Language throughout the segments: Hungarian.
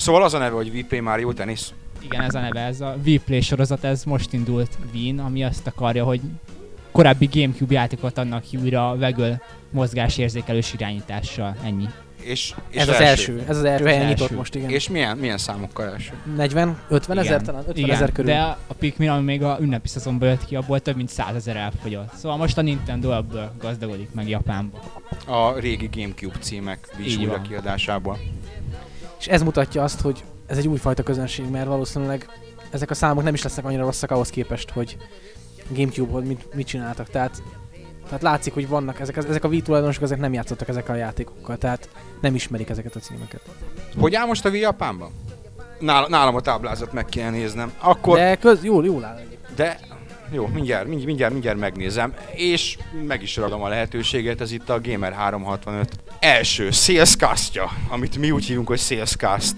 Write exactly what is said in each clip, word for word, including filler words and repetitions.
Szóval az a neve, hogy Wii Mario Tennis? Igen, ez a neve, ez a Wii Play sorozat, ez most indult Wien, ami azt akarja, hogy korábbi Gamecube játékot adnak ki újra Waggle mozgásérzékelős irányítással, ennyi. És, és ez az első, ez az első helyen nyitott most, igen. És milyen, milyen számokkal első? negyven, ötven ezer talán, ötven ezer körül. De a Pikmin, ami még a ünnepi szezonban jött ki, abból több mint százezer elfogyott. Szóval most a Nintendo ebből gazdagodik meg Japánba. A régi Gamecube címek újra kiadásából. És ez mutatja azt, hogy ez egy újfajta közönség, mert valószínűleg ezek a számok nem is lesznek annyira rosszak ahhoz képest, hogy Gamecube-hoz mit, mit csináltak. Tehát, tehát látszik, hogy vannak ezek, ezek a Wii tulajdonosok, ezek nem játszottak ezekkel a játékokkal, tehát nem ismerik ezeket a címeket. Hogy áll most a Wii Japánban? Nál, nálam a táblázat meg kell néznem. Akkor... De köz, jól, jól áll. De jó, mindjárt, mindjárt, mindjárt, mindjárt megnézem, és meg is ragadom a lehetőséget, ez itt a Gamer háromszázhatvanöt első salescastja, amit mi úgy hívunk, hogy salescast.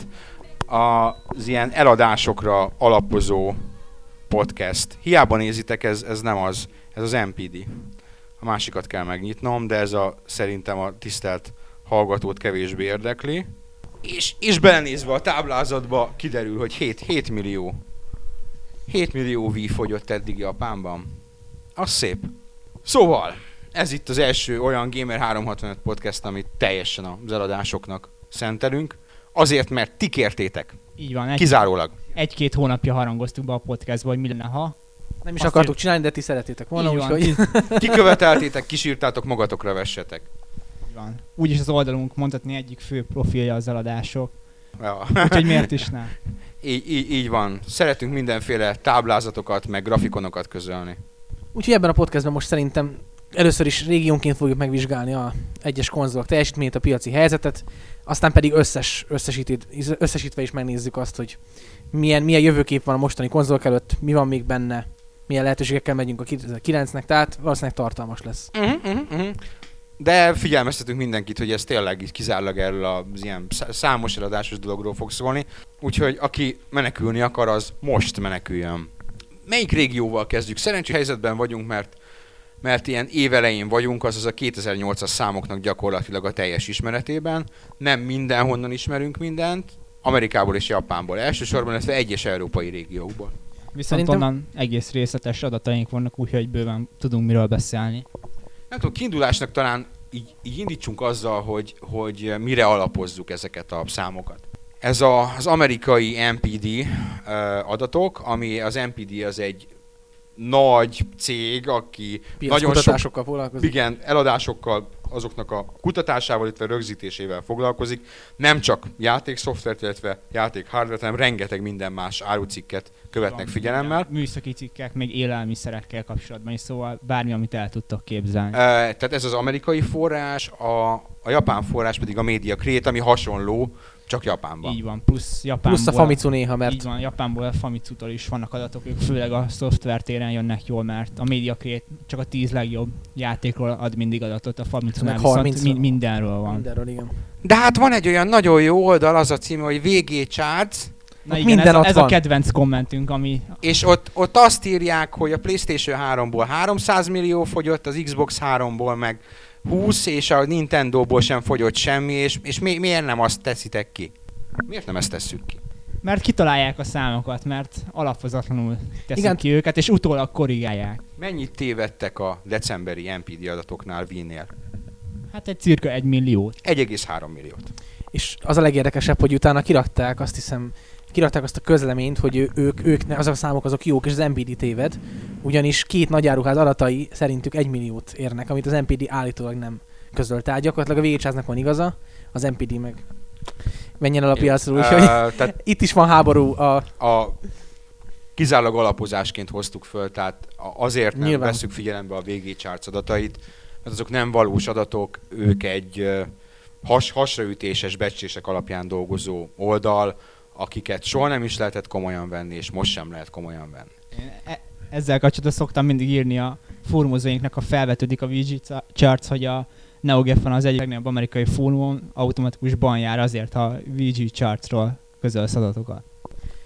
Az ilyen eladásokra alapozó podcast. Hiába nézitek, ez, ez nem az, ez az em pé dé. A másikat kell megnyitnom, de ez a, szerintem a tisztelt hallgatót kevésbé érdekli. És, és belenézve a táblázatba kiderül, hogy hét millió. hét millió Wii fogyott eddig Japánban. Az szép. Szóval, ez itt az első olyan Gamer háromszázhatvanöt podcast, amit teljesen az eladásoknak szentelünk. Azért, mert ti kértétek. Így van. Egy, Kizárólag. Egy-két hónapja harangoztuk be a podcastba, hogy mi lenne, ha... Nem is Azt akartuk ír... csinálni, de ti szeretétek volna, úgyhogy... Kiköveteltétek, kisírtátok, magatokra vessetek. Így van. Úgyis az oldalunk mondhatni egyik fő profilja az eladások. Ja. Úgyhogy miért is ne? Így, így, így van. Szeretünk mindenféle táblázatokat, meg grafikonokat közölni. Úgyhogy ebben a podcastben most szerintem először is régiónként fogjuk megvizsgálni a egyes konzolok teljesítményét, a piaci helyzetet, aztán pedig összes, összesítve is megnézzük azt, hogy milyen, milyen jövőkép van a mostani konzolok előtt, mi van még benne, milyen lehetőségekkel megyünk a kétezer-kilencnek, tehát valószínűleg tartalmas lesz. Uh-huh, uh-huh, uh-huh. De figyelmeztetünk mindenkit, hogy ez tényleg így kizárólag erről az ilyen számos eladásos dologról fog szólni. Úgyhogy aki menekülni akar, az most meneküljön. Melyik régióval kezdjük? Szerencsés helyzetben vagyunk, mert, mert ilyen évelején vagyunk, azaz a kétezer-nyolcas számoknak gyakorlatilag a teljes ismeretében. Nem mindenhonnan ismerünk mindent, Amerikából és Japánból elsősorban, illetve egyes európai régiókból. Viszont Szerintem... onnan egész részletes adataink vannak, úgyhogy bőven tudunk miről beszélni. Nem tudom, kiindulásnak talán így, így indítsunk azzal, hogy, hogy mire alapozzuk ezeket a számokat. Ez a, az amerikai em pé dé uh, adatok, ami az em pé dé az egy nagy cég, aki nagyon sok foglalkozik. Igen, eladásokkal, azoknak a kutatásával, illetve rögzítésével foglalkozik. Nem csak játékszoftvert, illetve játékhardvert, hanem rengeteg minden más árucikket követnek van, figyelemmel. Műszaki cikkek, még élelmiszerekkel kapcsolatban is, szóval bármi, amit el tudtok képzelni. Uh, tehát ez az amerikai forrás, a, a japán forrás pedig a Media Create, ami hasonló, csak Japánban. Így van, plusz Japánból. Plusz a Famitsu néha, mert... Így van, Japánból a Famitsu-tól is vannak adatok, ők főleg a szoftvertéren jönnek jól, mert a Media Create csak a tíz legjobb játékról ad mindig adatot, a Famitsu-nál viszont mi- mindenről van. Mindenről, igen. De hát van egy olyan nagyon jó oldal, az a címe, hogy vé gé Charts. Na igen, minden ez, a, ez a kedvenc kommentünk, ami... És ott, ott azt írják, hogy a PlayStation háromból háromszáz millió fogyott, az Xbox háromból meg húsz, és a Nintendóból sem fogyott semmi, és, és mi, miért nem azt teszitek ki? Miért nem ezt tesszük ki? Mert kitalálják a számokat, mert alapozatlanul teszik Igen. ki őket, és utólag korrigálják. Mennyit tévedtek a decemberi em pé dé adatoknál Wii-nél? Hát egy cirka egy milliót. egy egész három milliót. És az a legérdekesebb, hogy utána kirakták, azt hiszem, kirakták azt a közleményt, hogy ő, ők, ők, azok a számok azok jók, és az em pé dé téved, ugyanis két nagyáruház adatai szerintük egy milliót érnek, amit az em pé dé állítólag nem közölt. Tehát gyakorlatilag a vé gé Chartsnak van igaza, az em pé dé meg menjen el a piacról, úgyhogy uh, tehát itt is van háború. A, a kizárólag alapozásként hoztuk föl, tehát azért nem Nyilván. vesszük figyelembe a vé gé Charts adatait, mert azok nem valós adatok, ők egy uh, has, hasraütéses becslések alapján dolgozó oldal, akiket soha nem is lehetett komolyan venni, és most sem lehet komolyan venni. E- ezzel kapcsolatban szoktam mindig írni a fórumozóinknak, ha felvetődik a vé gé Charts, hogy a NeoGAF-on az egyik legnagyobb amerikai fórumon automatikus ban jár azért, ha vé gé Chartsról közölsz adatokat.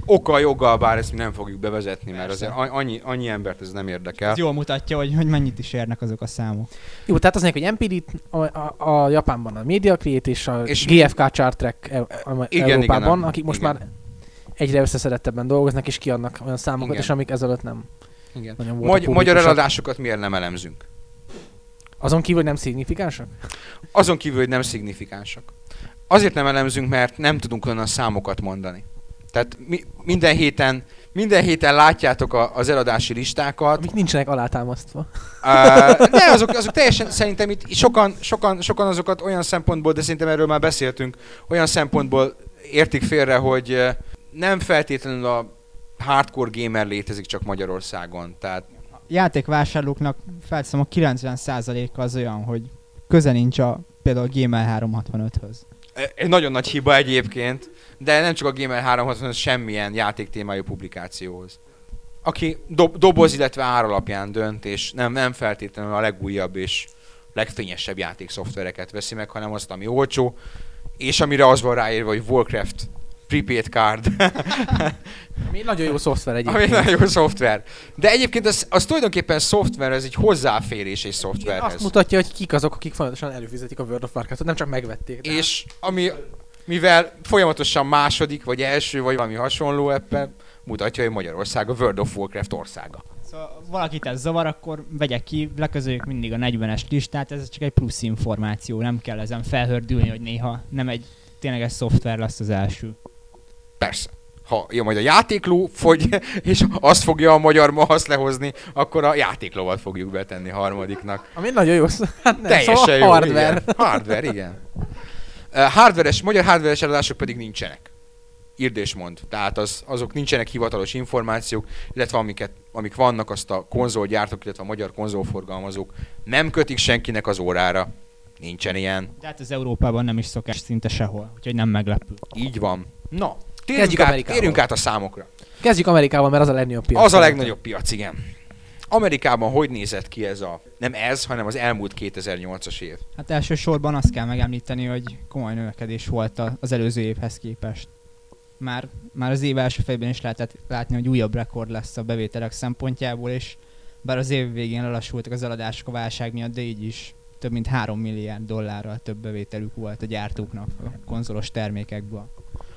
oka joggal, bár ezt mi nem fogjuk bevezetni, mert Persze. azért annyi, annyi embert ez nem érdekel. Ez jól mutatja, hogy, hogy mennyit is érnek azok a számok. Jó, tehát az mondják, hogy em pé dé-t a, a, a Japánban a Media Create és a És gé ef ká Chart Track e- igen, Európában, igen, akik most igen. már egyre összeszedettebben dolgoznak, és kiadnak olyan számokat Igen. is, amik ezelőtt nem Igen. nagyon voltak Magy- magyar publikusak. eladásokat miért nem elemzünk? Azon kívül, hogy nem szignifikánsak? Azon kívül, hogy nem szignifikánsak. Azért nem elemzünk, mert nem tudunk olyan számokat mondani. Tehát mi, minden héten minden héten látjátok a, az eladási listákat. Amik nincsenek alátámasztva. Uh, de azok, azok teljesen szerintem itt sokan, sokan, sokan azokat olyan szempontból, de szerintem erről már beszéltünk, olyan szempontból értik félre, hogy uh, nem feltétlenül a hardcore gamer létezik csak Magyarországon. Tehát Játékvásárlóknak felteszem a kilencven százaléka az olyan, hogy köze nincs a például a Gamer háromszázhatvanöthöz. egy nagyon nagy hiba egyébként, de nem csak a Gamer háromszázhatvanöt, semmilyen játéktémájú publikációhoz. Aki dob, doboz, illetve ár alapján dönt, és nem, nem feltétlenül a legújabb és legfényesebb játékszoftvereket veszi meg, hanem azt, ami olcsó, és amire az van ráírva, hogy Warcraft prepaid card. Ami egy nagyon jó szoftver Ami egyébként. nagyon jó szoftver. De egyébként az, az tulajdonképpen szoftver, ez egy hozzáférés egy Igen, szoftverhez. azt mutatja, hogy kik azok, akik folyamatosan előfizetik a World of Warcraftot, nem csak megvették. de- És ami, mivel folyamatosan második, vagy első, vagy valami hasonló ebben, mutatja, hogy Magyarország a World of Warcraft országa. Szóval valakit ez zavar, akkor vegye ki, leközöljük mindig a negyvenes listát, ez csak egy plusz információ, nem kell ezen felhördülni, hogy néha nem egy tényleges szoftver lesz az első. Persze. Ha jön majd a játékló, fogy, és azt fogja a magyar mahasz lehozni, akkor a játéklóval fogjuk betenni harmadiknak. Ami nagyon jó, szó- hát nem, Teljesen szóval jó. hardware. Igen. Hardware, igen. Uh, hardveres, magyar hardveres eladások pedig nincsenek. Írd és mond. Tehát az, azok nincsenek hivatalos információk, illetve amiket, amik vannak, azt a konzolgyártók, illetve a magyar konzolforgalmazók nem kötik senkinek az órára. Nincsen ilyen. De hát az Európában nem is szokás szinte sehol, úgyhogy nem meglepő. Így van. Na, Kezdjük térjünk át, Amerikával. térjünk át a számokra. Kezdjük Amerikával, mert az a legnagyobb piac. Az a legnagyobb piac, igen. Amerikában hogy nézett ki ez a, nem ez, hanem az elmúlt kétezer-nyolcas év? Hát elsősorban azt kell megemlíteni, hogy komoly növekedés volt a- az előző évhez képest. Már, már az év első fejében is lehetett látni, hogy újabb rekord lesz a bevételek szempontjából, és bár az év végén lelassultak az eladások a válság miatt, de így is több mint három milliárd dollárral több bevételük volt a gyártóknak a konzolos termékekből.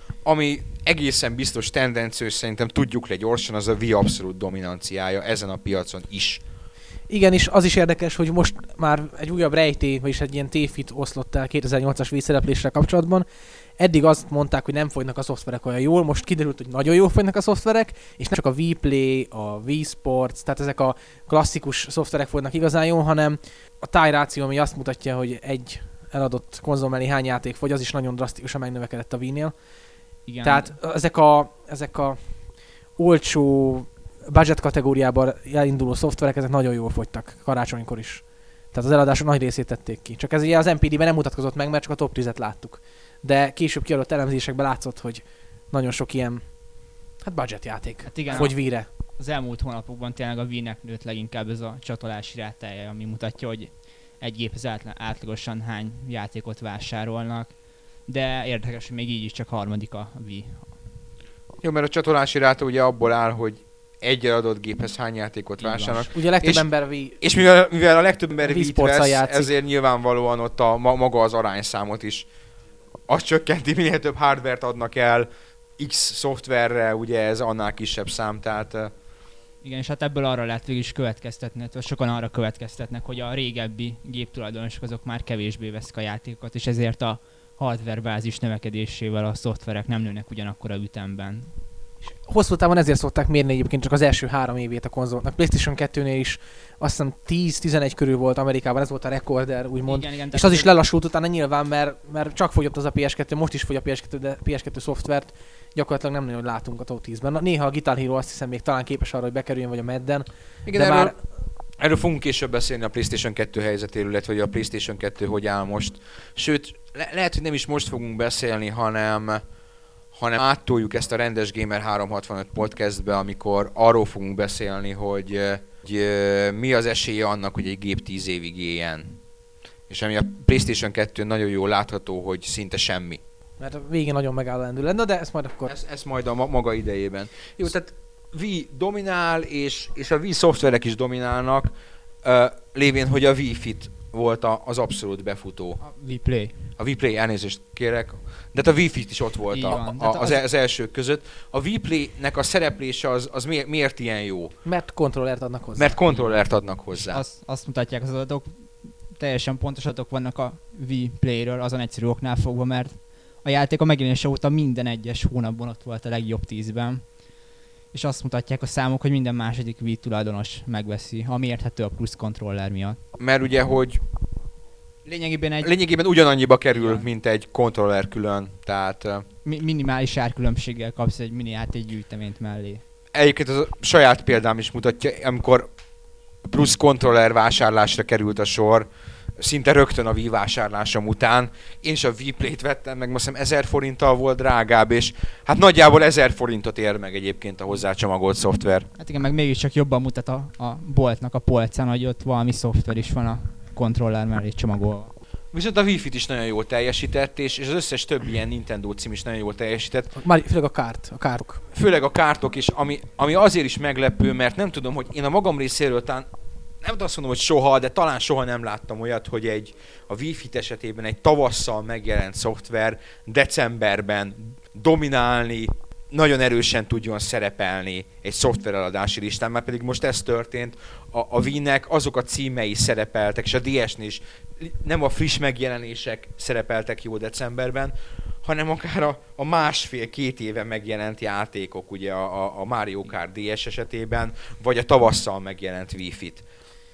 Ami egészen biztos tendencia, és szerintem tudjuk le gyorsan, az a Wii abszolút dominanciája ezen a piacon is. Igen, és az is érdekes, hogy most már egy újabb rejtély, vagyis egy ilyen tévhit oszlott el kétezer-nyolcas Wii szereplésre kapcsolatban. Eddig azt mondták, hogy nem folynak a szoftverek olyan jól, most kiderült, hogy nagyon jól folynak a szoftverek, és nem csak a Wii Play, a Wii Sports, tehát ezek a klasszikus szoftverek folynak igazán jól, hanem a tie ráció, ami azt mutatja, hogy egy eladott konzol mellé hány játék fogy, az is nagyon drasztikusan megnövekedett a Wii-nél. Igen, Tehát ezek a, ezek a olcsó budget kategóriában elinduló szoftverek, ezek nagyon jól fogytak karácsonykor is. Tehát az eladások nagy részét tették ki. Csak ez ugye az em pé dé-ben nem mutatkozott meg, mert csak a top tízet láttuk. De később kiadott elemzésekben látszott, hogy nagyon sok ilyen hát budget játék hát igen, fogy Wii-re. az elmúlt hónapokban tényleg a Wii-nek nőtt leginkább ez a csatolási rátája, ami mutatja, hogy egy géphez átla- átlagosan hány játékot vásárolnak, de érdekes, hogy még így is csak harmadik a Wii. Jó, mert a csatolási ráta ugye abból áll, hogy egy adott géphez hány játékot Így van. vásárolnak. Ugye a legtöbb És- ember Wii, És mivel, mivel a legtöbb ember Wii Wii-t Sports-al vesz, játszik. ezért nyilvánvalóan ott a ma, maga az arányszámot is. Azt csökkenti, minél több hardvert adnak el X szoftverre, ugye ez annál kisebb szám, tehát eh, Igen, és hát ebből arra lehet végül is következtetni, vagy sokan arra következtetnek, hogy a régebbi géptulajdonosok azok már kevésbé veszik a játékokat, és ezért a hardware bázis növekedésével a szoftverek nem nőnek ugyanakkor a ütemben. hosszú távon ezért szokták mérni egyébként csak az első három évét a konzolnak. PlayStation kettőnél is azt hiszem tíz-tizenegy körül volt Amerikában, ez volt a rekorder, úgymond. Igen, igen, És tehát az is lelassult utána nyilván, mert, mert csak fogyott az a pé es kettő, most is fogy a pé es kettő, de pé es kettő szoftvert gyakorlatilag nem nagyon látunk a top tízben. Na, néha a Guitar Hero azt hiszem még talán képes arra, hogy bekerüljön, vagy a Madden. igen, De erről, már- erről fogunk később beszélni a PlayStation kettő helyzetéről, illetve hogy a PlayStation kettő hogy áll most. Sőt, le- lehet, hogy nem is most fogunk beszélni, hanem, hanem áttoljuk ezt a rendes Gamer háromszázhatvanöt podcastbe, amikor arról fogunk beszélni, hogy, eh, hogy eh, mi az esélye annak, hogy egy gép tíz évig éljen. És ami a PlayStation kettő nagyon jól látható, hogy szinte semmi. Mert a végén nagyon megálló lendület. Na de ezt majd akkor... Ez, ez majd a ma- maga idejében. Jó, tehát Wii dominál, és, és a Wii szoftverek is dominálnak, uh, lévén, hogy a Wii Fit volt a, az abszolút befutó. A Wii Play. A Wii Play, elnézést kérek, de hát a Wii Fit is ott volt a, van, a, az, az... az elsők között. A Wii Play-nek a szereplése az, az miért, miért ilyen jó? Mert kontrollert adnak hozzá. Mert kontrollert adnak hozzá. Azt, azt mutatják az adatok, teljesen pontos adatok vannak a Wii Play-ről, azon egyszerű oknál fogva, mert a játék a megjelenése óta minden egyes hónapban ott volt a legjobb tízben. És azt mutatják a számok, hogy minden második Wii tulajdonos megveszi, ami érthető a plusz kontroller miatt. Mert ugye, hogy Lényegében egy lényegében ugyanannyiba kerül, Igen. mint egy kontroller külön, tehát uh, mi- minimális árkülönbséggel kapsz egy mini játékgyűjteményt mellé. egyébként az a saját példám is mutatja, amikor plusz kontroller vásárlásra került a sor, szinte rögtön a Wii vásárlásom után. Én is a Wii Play-t vettem meg, most hiszem ezer forinttal volt drágább, és hát nagyjából ezer forintot ér meg egyébként a hozzácsomagolt szoftver. Hát igen, meg mégiscsak jobban mutat a, a boltnak a polcán, hogy ott valami szoftver is van a kontroller mellé csomagolva. Viszont a Wii Fit is nagyon jól teljesített, és, és az összes többi ilyen Nintendo cím is nagyon jól teljesített. Már főleg a kárt, a károk. Főleg a kártok is, ami, ami azért is meglepő, mert nem tudom, hogy én a magam részéről talán, nem azt mondom, hogy soha, de talán soha nem láttam olyat, hogy egy a Wii Fit esetében egy tavasszal megjelent szoftver decemberben dominálni, nagyon erősen tudjon szerepelni egy szoftvereladási listán, már pedig most ez történt. A, a Wii-nek azok a címei szerepeltek, és a dé es-nél is nem a friss megjelenések szerepeltek jó decemberben, hanem akár a, a másfél-két éve megjelent játékok, ugye a, a, a Mario Kart dé es esetében, vagy a tavasszal megjelent Wii Fit.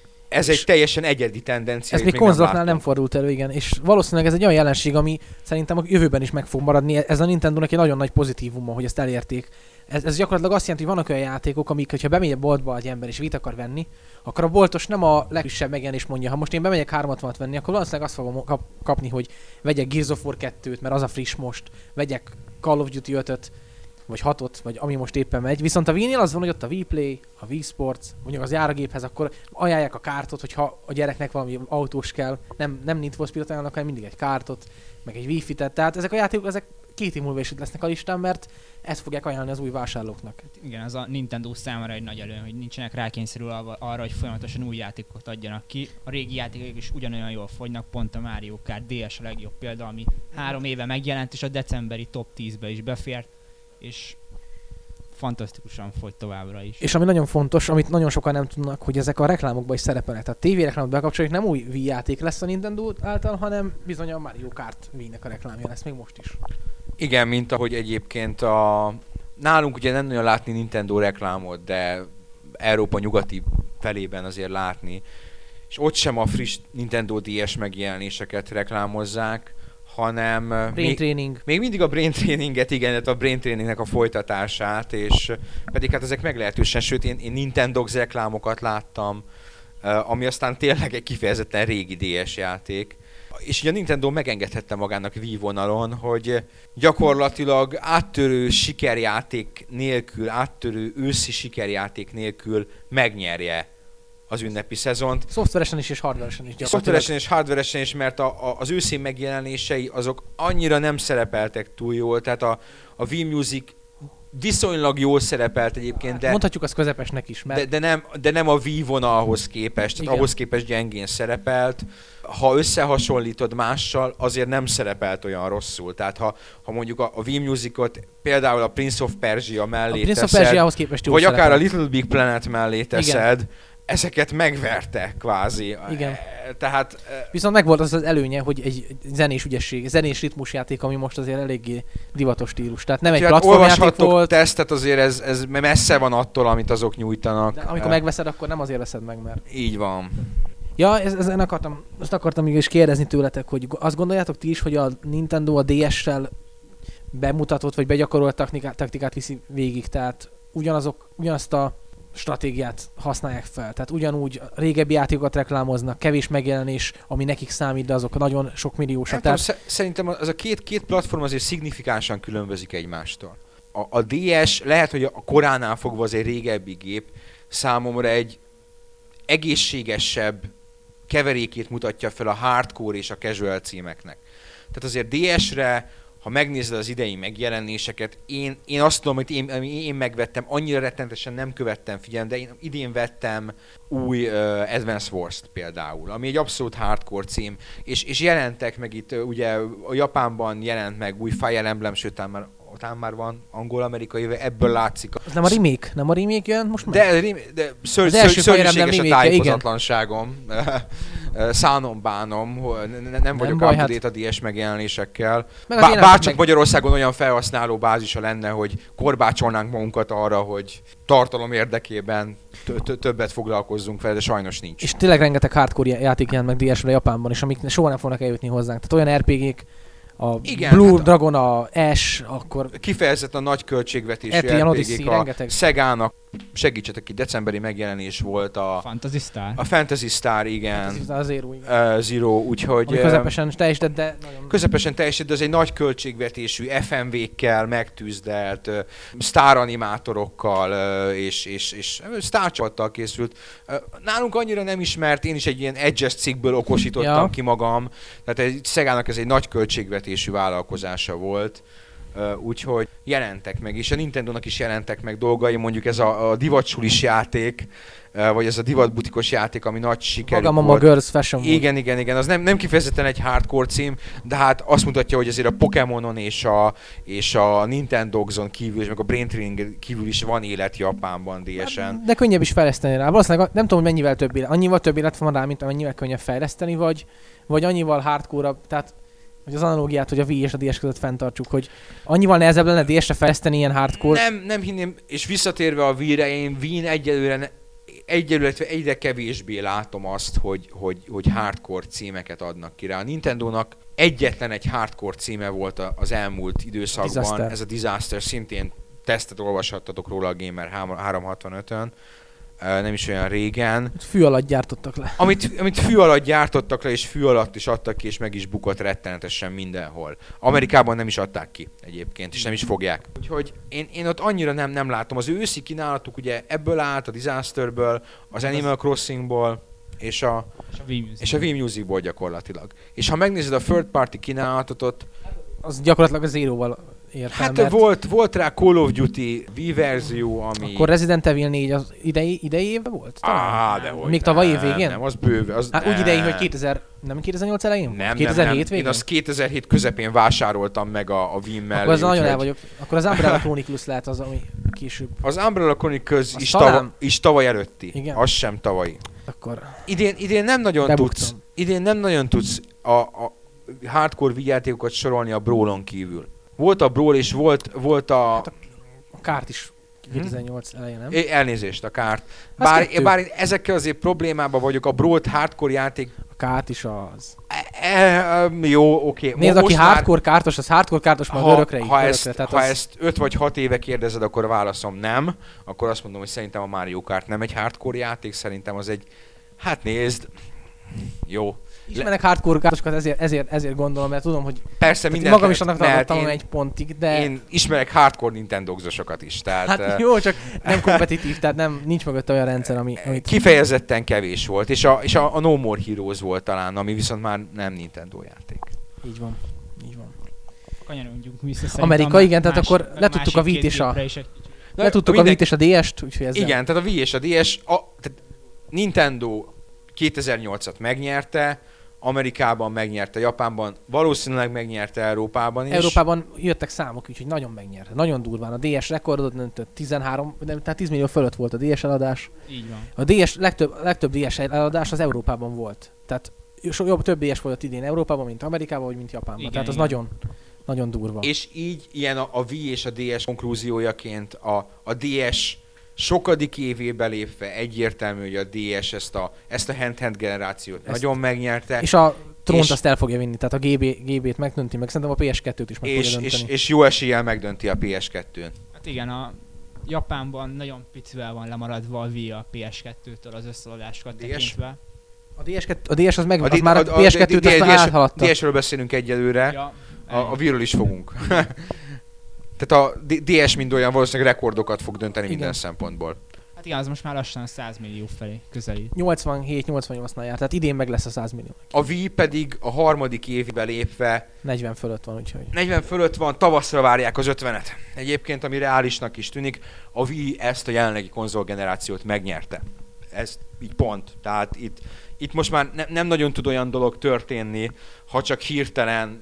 Ez egy teljesen egyedi tendencia. Ez még konzoloknál nem fordult elő, igen. És valószínűleg ez egy olyan jelenség, ami szerintem a jövőben is meg fog maradni. Ez a Nintendónak egy nagyon nagy pozitívuma, hogy ezt elérték. Ez, ez gyakorlatilag azt jelenti, hogy vannak olyan játékok, amik, hogyha bemegy a boltba egy ember és Wii-t akar venni, akkor a boltos nem a legfrissebb megjelenés mondja. Ha most én bemegyek háromszázhatvanat venni, akkor valószínűleg azt fogom kap- kapni, hogy vegyek Gears of War kettőt, mert az a friss most, vegyek Call of Duty ötöt, vagy hatot, vagy ami most éppen megy. Viszont a Wii-nél az van, hogy ott a Wii Play, a Wii Sports, mondjuk az járagéphez, akkor ajánlják a kártot, hogyha a gyereknek valami autós kell, nem, nem Need for Speed ajánlnak, hanem mindig egy kártot, meg egy Wii Fit-et. Tehát ezek a játékok, ezek két év múlva is itt lesznek a listán, mert ezt fogják ajánlani az új vásárlóknak. Igen, az a Nintendo számára egy nagy előny, hogy nincsenek rákényszerül arra, hogy folyamatosan új játékokat adjanak ki. A régi játékok is ugyanolyan jól fogynak, pont a Mario Kart dé es a legjobb példa, ami három éve megjelent, és a decemberi top tízbe is befért, és fantasztikusan fogy továbbra is. És ami nagyon fontos, amit nagyon sokan nem tudnak, hogy ezek a reklámokban is szerepelnek. Tehát tévéreklámot bekapcsoljuk, nem új Wii játék lesz a Nintendo által, hanem bizony a Mario Kart Wii-nek a reklámja lesz még most is. Igen, mint ahogy egyébként a... Nálunk ugye nem nagyon látni Nintendo reklámot, de Európa nyugati felében azért látni. És ott sem a friss Nintendo dé es megjelenéseket reklámozzák, hanem... Brain még, Training. még mindig a Brain Traininget, igen, tehát a Brain Trainingnek a folytatását, és pedig hát ezek meglehetősen, sőt én, én Nintendox reklámokat láttam, ami aztán tényleg egy kifejezetten régi dé es játék. És ugye a Nintendo megengedhette magának Wii vonalon, hogy gyakorlatilag áttörő sikerjáték nélkül, áttörő őszi sikerjáték nélkül megnyerje az ünnepi szezont. Szoftveresen is és hardveresen is gyakorlatilag. Szoftveresen és hardveresen is, mert a, a, az őszi megjelenései azok annyira nem szerepeltek túl jól, tehát a, a Wii Music viszonylag jól szerepelt egyébként, de, mondhatjuk azt közepesnek is, mert... de, de, nem, de nem a Wii vonalhoz képest, tehát Igen. ahhoz képest gyengén szerepelt. Ha összehasonlítod mással, azért nem szerepelt olyan rosszul. Tehát ha, ha mondjuk a, a Wii Musicot például a Prince of Persia mellé a Prince of teszed, Persia-hoz képest jól vagy akár szerepel. a Little Big Planet mellé teszed, ezeket megverte kvázi. Igen. E, Tehát... e, Viszont megvolt az az előnye, hogy egy egy zenés ügyesség, zenés ritmusjáték, ami most azért eléggé divatos stílus. Tehát nem egy hát platformjáték olvashattok volt, tesztet, azért ez, ez messze van attól, amit azok nyújtanak. de amikor E, megveszed, akkor nem azért veszed meg, mert... Így van. Ja, ez, ezen akartam, azt akartam még is kérdezni tőletek, hogy azt gondoljátok ti is, hogy a Nintendo a dé es-sel bemutatott vagy begyakorolt taktikát, taktikát viszi végig, tehát ugyanazok, ugyanazt a stratégiát használják fel. Tehát ugyanúgy régebbi játékokat reklámoznak, kevés megjelenés, ami nekik számít, de azok nagyon sok milliósak. Nem Tehát... tudom, sze- szerintem az a két, két platform azért szignifikánsan különbözik egymástól. A, a dé es lehet, hogy a koránál fogva az egy régebbi gép, számomra egy egészségesebb keverékét mutatja fel a hardcore és a casual címeknek. Tehát azért dé esre, ha megnézed az idei megjelenéseket, én, én azt tudom, hogy én, én megvettem, annyira rettenetesen nem követtem, figyelem, de én idén vettem új uh, Advance Wars-t például, ami egy abszolút hardcore cím, és, és jelentek meg itt, uh, ugye a Japánban jelent meg új Fire Emblem, sőt, már talán már van angol-amerikai, ebből látszik. Az nem a remake? Nem a remake jön most De, de, de ször, ször, szörnyűséges a tájékozatlanságom. Szánom, bánom, nem, nem vagyok baj, up-to-date a dé es megjelenésekkel. Meg Bá, bár csak meg... Magyarországon olyan felhasználó bázisa lenne, hogy korbácsolnánk magunkat arra, hogy tartalom érdekében többet foglalkozzunk vele, de sajnos nincs. És tényleg rengeteg hardcore játék jelent meg dé esre Japánban is, amik soha nem fognak eljutni hozzánk. Tehát olyan er pé gék, a igen, Blue hát Dragon, a Ash, akkor... Kifejezetten a nagy költségvetésű Etrian er pé gék, Odyssey, a rengeteg. Szegának, segítsetek ki, decemberi megjelenés volt a... Fantasy Star. A Fantasy Star, igen. Fantasy Star Zero, igen. Uh, Zero, úgyhogy... Ami közepesen teljesített, de nagyon... Közepesen teljesített, de az egy nagy költségvetésű, ef em vé-kkel megtűzdelt, uh, sztár animátorokkal uh, és, és, és sztár csapattal készült. Uh, nálunk annyira nem ismert, én is egy ilyen edges cikkből okosítottam ja. ki magam. Tehát egy Szegának ez egy nagy költségvetésű vállalkozása volt. Uh, úgyhogy jelentek meg, és a Nintendónak is jelentek meg dolgai, mondjuk ez a, a divatsulis játék, uh, vagy ez a divatbutikos játék, ami nagy sikerű volt. Maga a Girls Fashion Igen, volt. igen, igen, az nem, nem kifejezetten egy hardcore cím, de hát azt mutatja, hogy azért a Pokémonon és a, és a Nintendoxon kívül, és meg a Brain Training kívül is van élet Japánban dé esen. De könnyebb is fejleszteni rá. Valószínűleg nem tudom, hogy mennyivel több élet, annyival több élet van rá, mint amennyivel könnyebb fejleszteni, vagy, vagy annyival hardcore-abb, tehát hogy az analógiát, hogy a Wii és a dé es között fenntartsuk, hogy annyival nehezebb lenne dé esre fejleszteni ilyen hardcore. Nem, nem hinném, és visszatérve a Wii-re, én Wii-n egyelőre, egyelőre egyre kevésbé látom azt, hogy, hogy, hogy hardcore címeket adnak ki rá. A Nintendónak egyetlen egy hardcore címe volt az elmúlt időszakban, Disaster. Ez a Disaster, szintén tesztet olvashattatok róla a Gamer háromszázhatvanötön. Nem is olyan régen. Fű alatt gyártottak le. Amit, amit fű alatt gyártottak le, és fű alatt is adtak ki, és meg is bukott rettenetesen mindenhol. Amerikában nem is adták ki egyébként, és nem is fogják. Úgyhogy én, én ott annyira nem, nem látom. Az őszi kínálatuk ugye ebből állt, a Disasterből, az Animal Crossingból, és a, és a Wii Music. és a Wii Musicból gyakorlatilag. És ha megnézed a third party kínálatot, ott... Az gyakorlatilag a Zero-val értem, Hát mert... volt, volt rá Call of Duty Wii verzió, ami... Akkor Resident Evil négy az idei, idei évben volt? Á, de hogy Még tavaly év végén? Nem, az bőve. Az Hát úgy idei, hogy kétezer... Nem kétezer-nyolc elején? Nem, kétezer-hét nem, nem. végén? Én azt kétezer-hét közepén vásároltam meg a, a Wii mellé. Akkor az nagyon úgyhogy... el vagyok. Akkor az Umbrella Chronicles lehet az, ami később. Az Umbrella Chronicles is, talán... tava, is tavaly előtti. Igen. Az sem tavalyi. Akkor... Idén, idén nem nagyon Bebuktam. tudsz, idén nem nagyon tudsz a, a hardcore Wii játékokat sorolni a Brawlon kívül. Volt a Brawl és volt, volt a... Hát a, a kárt is kétezer-nyolc elején, nem? É, elnézést, a kárt. Bár, bár én ezekkel azért problémában vagyok, a Brawl hardcore játék... A kárt is az. E, e, jó, oké. Okay. Nézd, aki már... hardcore kártos, az hardcore kártos majd ha, örökre így. Ha, örökre, ezt, tehát ha az... ezt öt vagy hat éve kérdezed, akkor a válaszom nem. Akkor azt mondom, hogy szerintem a Mario Kart nem egy hardcore játék, szerintem az egy... Hát nézd... Jó. Ismerek hardcore kártosokat, ezért, ezért, ezért gondolom, mert tudom, hogy persze minden magam is annak tartottam én, egy pontig, de... Én ismerek hardcore Nintendogzosokat is, tehát... Hát uh, jó, csak nem kompetitív, tehát nem, nincs mögött olyan rendszer, ami... Amit... Kifejezetten kevés volt, és, a, és a, a No More Heroes volt talán, ami viszont már nem Nintendo játék. Így van, így van. Kanyarodjunk vissza. Amerika, igen, tehát akkor letudtuk a Wii-t és a... Letudtuk a Wii-t és a dé est, úgyhogy ezzel... Igen, tehát a Wii és a dé es, a, tehát Nintendo kétezer-nyolcat megnyerte, Amerikában megnyerte, Japánban valószínűleg megnyerte, Európában is. Európában jöttek számok, úgyhogy nagyon megnyerte. Nagyon durván. A dé es rekordot döntött, tizenhárom, nem, tehát tíz millió fölött volt a dé es eladás. Így van. A dé es legtöbb, legtöbb dé es eladás az Európában volt. Tehát jobb, több dé es volt idén Európában, mint Amerikában, vagy mint Japánban. Igen, tehát az igen. nagyon, nagyon durva. És így ilyen a, a Wii és a dé es konklúziójaként a, a dé es sokadik évébe lépve egyértelmű, hogy a dé es ezt a, ezt a handheld generációt ezt nagyon megnyerte. És a trónt és azt el fogja vinni, tehát a gé bé, gé bét megdönti, meg szerintem a pé es kettőt is meg és, fogja dönteni. És, és jó eséllyel megdönti a pé es kettőn. Hát igen, a Japánban nagyon picivel van lemaradva a Wii a pé es kettőtől az összeadásokat tekintve. A dé es, a dé es az meg, a az már a pé es kettőt azt már áthaladta. dé esről beszélünk egyelőre, ja, a, a Wii-ről is fogunk. Tehát a dé es mind olyan valószínűleg rekordokat fog dönteni igen. minden szempontból. Hát igen, az most már lassan a száz millió felé közelít. nyolcvanhét nyolcvannyolcnál jár, tehát idén meg lesz a száz millió. A Wii pedig a harmadik évbe lépve negyven fölött van, úgyhogy. negyven fölött van, tavaszra várják az ötvenet. Egyébként, ami reálisnak is tűnik, a Wii ezt a jelenlegi konzolgenerációt megnyerte. Ez így pont. Tehát itt, itt most már ne, nem nagyon tud olyan dolog történni, ha csak hirtelen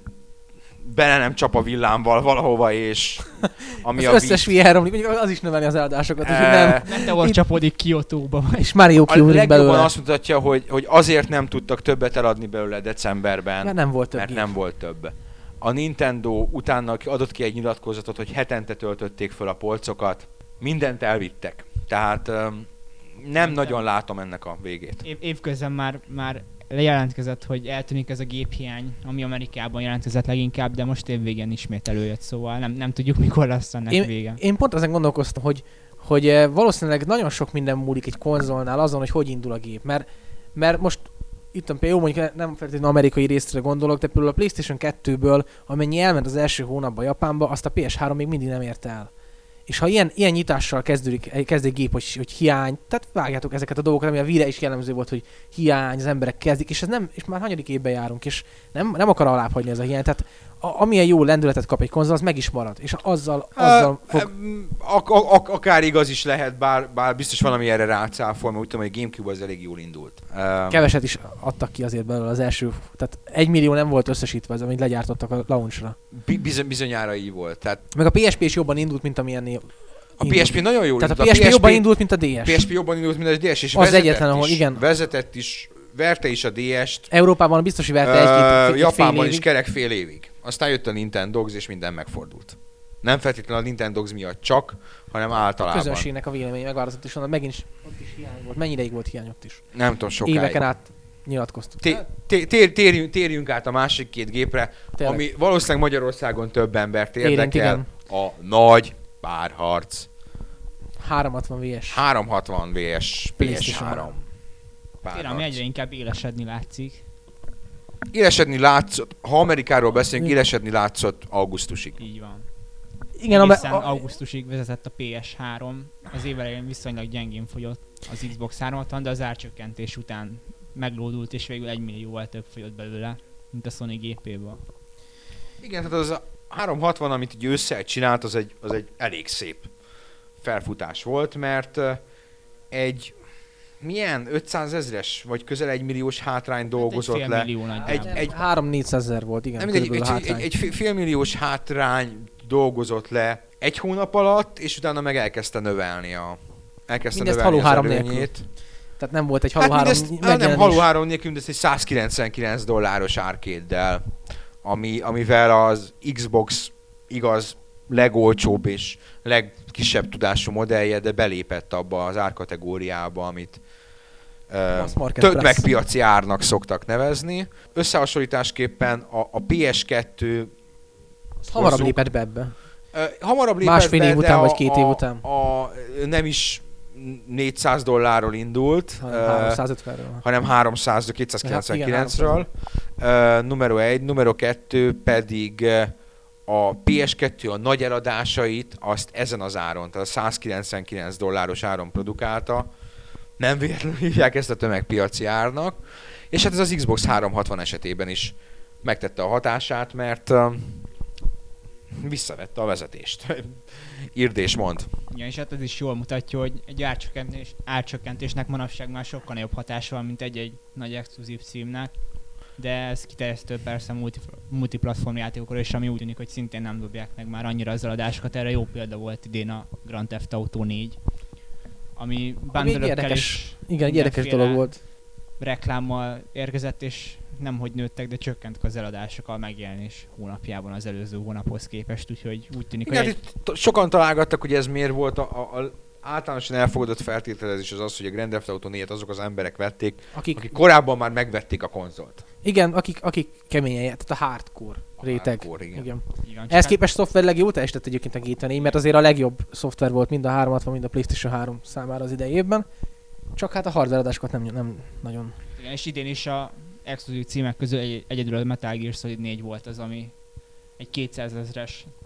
bele nem csap a villámval valahova, és ami az a összes Wii elromlik, mondjuk az is növeli az eladásokat, úgyhogy nem. Meteor csapódik Kiotóba. És Mario A kiúrik legjobban belőle. azt mutatja, hogy, hogy azért nem tudtak többet eladni belőle decemberben, Mert nem volt több mert gép. nem volt több. A Nintendo utána adott ki egy nyilatkozatot, hogy hetente töltötték föl a polcokat, mindent elvittek. Tehát öm, nem nagyon látom ennek a végét. Év, évközben már, már lejelentkezett, hogy eltűnik ez a géphiány, ami Amerikában jelentkezett leginkább, de most évvégén ismét előjött, szóval nem, nem tudjuk, mikor lesz ennek Én, vége. én pont ezen gondolkoztam, hogy, hogy eh, valószínűleg nagyon sok minden múlik egy konzolnál azon, hogy hogy indul a gép. Mert, mert most itt például jó, mondjuk nem feltétlenül amerikai részre gondolok, de például a PlayStation kettőből, amennyi elment az első hónapban Japánba, azt a pé es három még mindig nem érte el. És ha ilyen, ilyen nyitással kezdődik, kezd egy gép, hogy, hogy hiány, tehát vágjátok ezeket a dolgokat, ami a Wii-re is jellemző volt, hogy hiány, az emberek kezdik, és ez nem, és már hanyadik évben járunk, és nem, nem akar alább hagyni ez a hiány. Tehát a, amilyen jó lendületet kap egy konzol, az meg is marad, és azzal, azzal Uh, fog... ak- ak- akár igaz is lehet, bár, bár biztos valami erre rácáfol, mert úgy tudom, hogy a Gamecube az elég jól indult. Uh, Keveset is adtak ki azért belőle az első, tehát egy millió nem volt összesítve az, amit legyártottak a launchra. bi- bizony, bizonyára így volt. Tehát Meg a pé es pé is jobban indult, mint amilyennél a pé es pé nagyon jól Tehát a indult. pé es pé jobban indult, mint a dé es. pé es pé jobban indult, mint a dé es, és Az vezetett egyetlen, ahol- is, igen. Vezetett is, verte is a dé est. Európában biztos, hogy verte Ö, egy-két egy Japánban fél is évig. kerek fél évig. Aztán jött a Nintendogs, és minden megfordult. Nem feltétlenül a Nintendogs miatt csak, hanem A általában. közönségnek a vélemény megváltozott, és onnan megint is, ott is hiány volt. Mennyire ideig volt hiány ott is? Nem tudom, sokáig. Éveken át nyilatkoztuk. Té- té- tér- térjünk, térjünk át a másik két gépre, Tényleg. ami valószínűleg Magyarországon több embert Érint, érdekel. igen. A nagy párharc. háromszázhatvan vé es. háromszázhatvan versus pé es PlayStation három. Tényleg, ami egyre inkább élesedni látszik. Élesedni látszott, ha Amerikáról beszélünk, élesedni látszott augusztusig. Így van. Igen, a, Egészen a, augusztusig vezetett a pé es három. Az év elején viszonylag gyengén fogyott az Xbox háromszázhatvan, de az árcsökkentés után meglódult, és végül egy millióval több fogyott belőle, mint a Sony gépéből. Igen, tehát az a háromszázhatvan, amit így ősszel csinált, az egy, az egy elég szép felfutás volt, mert uh, egy milyen ötszázezres vagy közel egy milliós hátrány dolgozott egy le. fél millió nagyjából. Egy- egy- három-négyszázezer volt, igen. Nem, egy, egy, körülbelül a egy, hátrány. egy fél- félmilliós hátrány dolgozott le egy hónap alatt, és utána meg elkezdte növelni a elkezdte Mindezt növelni Halo az három előnyét. Tehát nem volt egy Halo Hát három mindezt, hát nem megjelenés. Halo három nélkül, mindezt egy százkilencvenkilenc dolláros árkéddel, ami, amivel az Xbox igaz legolcsóbb és legkisebb tudású modellje, de belépett abba az árkategóriába, amit uh, Mass market több price. megpiaci árnak szoktak nevezni. Összehasonlításképpen a, a pé es kettő Hamarabb hozzuk. lépett be ebbe. uh, hamarabb lépett Másfél be, év de után, a, vagy két a, év után. A, nem is négyszáz dollárról indult, Hanem uh, háromszázötvenről. hanem háromszáz kétszázkilencvenkilencről. Igen, Uh, numero egy, numero kettő pedig uh, a pé es kettő a nagy eladásait azt ezen az áron, tehát a százkilencvenkilenc dolláros áron produkálta. Nem véletlenül hívják ezt a tömegpiaci árnak. És hát ez az Xbox háromszázhatvan esetében is megtette a hatását, mert uh, visszavette a vezetést. Írd és mond. Igen, és hát ez is jól mutatja, hogy egy árcsökkentés, árcsökkentésnek manapság már sokkal nagyobb hatása van, mint egy-egy nagy exkluzív címnek. De ez kiterjesztő persze multi, multiplatform játékokra is, ami úgy tűnik, hogy szintén nem dobják meg már annyira az eladásokat. Erre jó példa volt idén a Grand Theft Auto négy, ami Ami egy bundle-ökkel érdekes, is igen, egy érdekes mindenféle dolog volt. reklámmal érkezett, és nem hogy nőttek, de csökkentek az eladások a megjelenés hónapjában az előző hónaphoz képest, úgyhogy úgy tűnik, Igen, hogy itt t- sokan találgattak, hogy ez miért volt. A, a, a általánosan elfogadott feltételezés az az, hogy a Grand Theft Auto négyet azok az emberek vették, Akik, akik korábban már megvették a konzolt. igen, akik, akik keményen járt, tehát a hardcore A réteg. hardcore, igen. igen. így van, csak Ehhez hát- képest szoftverileg jó teljesített egyébként a gé té négy, mert azért a legjobb szoftver volt mind a háromszázhatvan, mind a PlayStation három számára az idei évben. Csak hát a hardware adásokat nem, nem nagyon. Igen, és idén is a exkluzív címek közül egy, egyedül a Metal Gear Solid négy volt az, ami egy kétszázezres